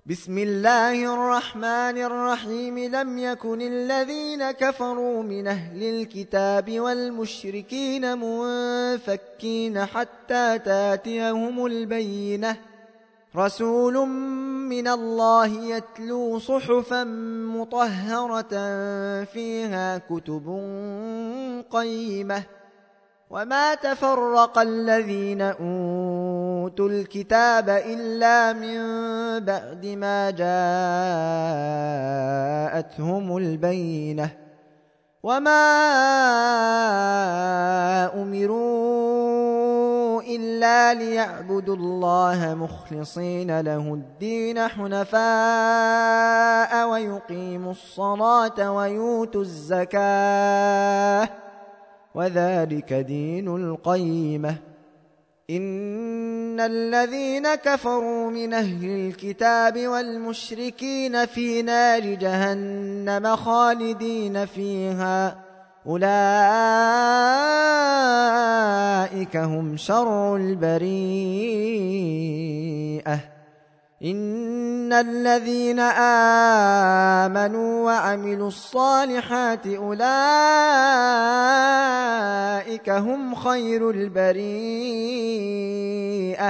بسم الله الرحمن الرحيم. لم يكن الذين كفروا من أهل الكتاب والمشركين منفكين حتى تاتيهم البينة، رسول من الله يتلو صحفا مطهرة فيها كتب قيمة. وما تفرق الذين أوتوا الكتاب إلا من بعد ما جاءتهم البينة، وما أمروا إلا ليعبدوا الله مخلصين له الدين حنفاء ويقيموا الصلاة ويؤتوا الزكاة وذلك دين القيمة. إن الذين كفروا من أهل الكتاب والمشركين في نار جهنم خالدين فيها، أولئك هم شر البريئة. إن الذين آمنوا وعملوا الصالحات أولئك هم خير البريئة،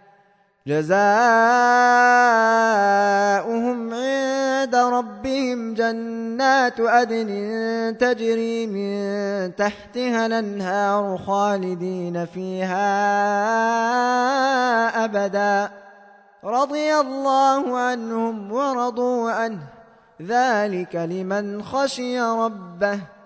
جزاؤهم عند ربهم جنات عدن تجري من تحتها الأنهار خالدين فيها أبدا، رضي الله عنهم ورضوا عنه، ذلك لمن خشي ربه.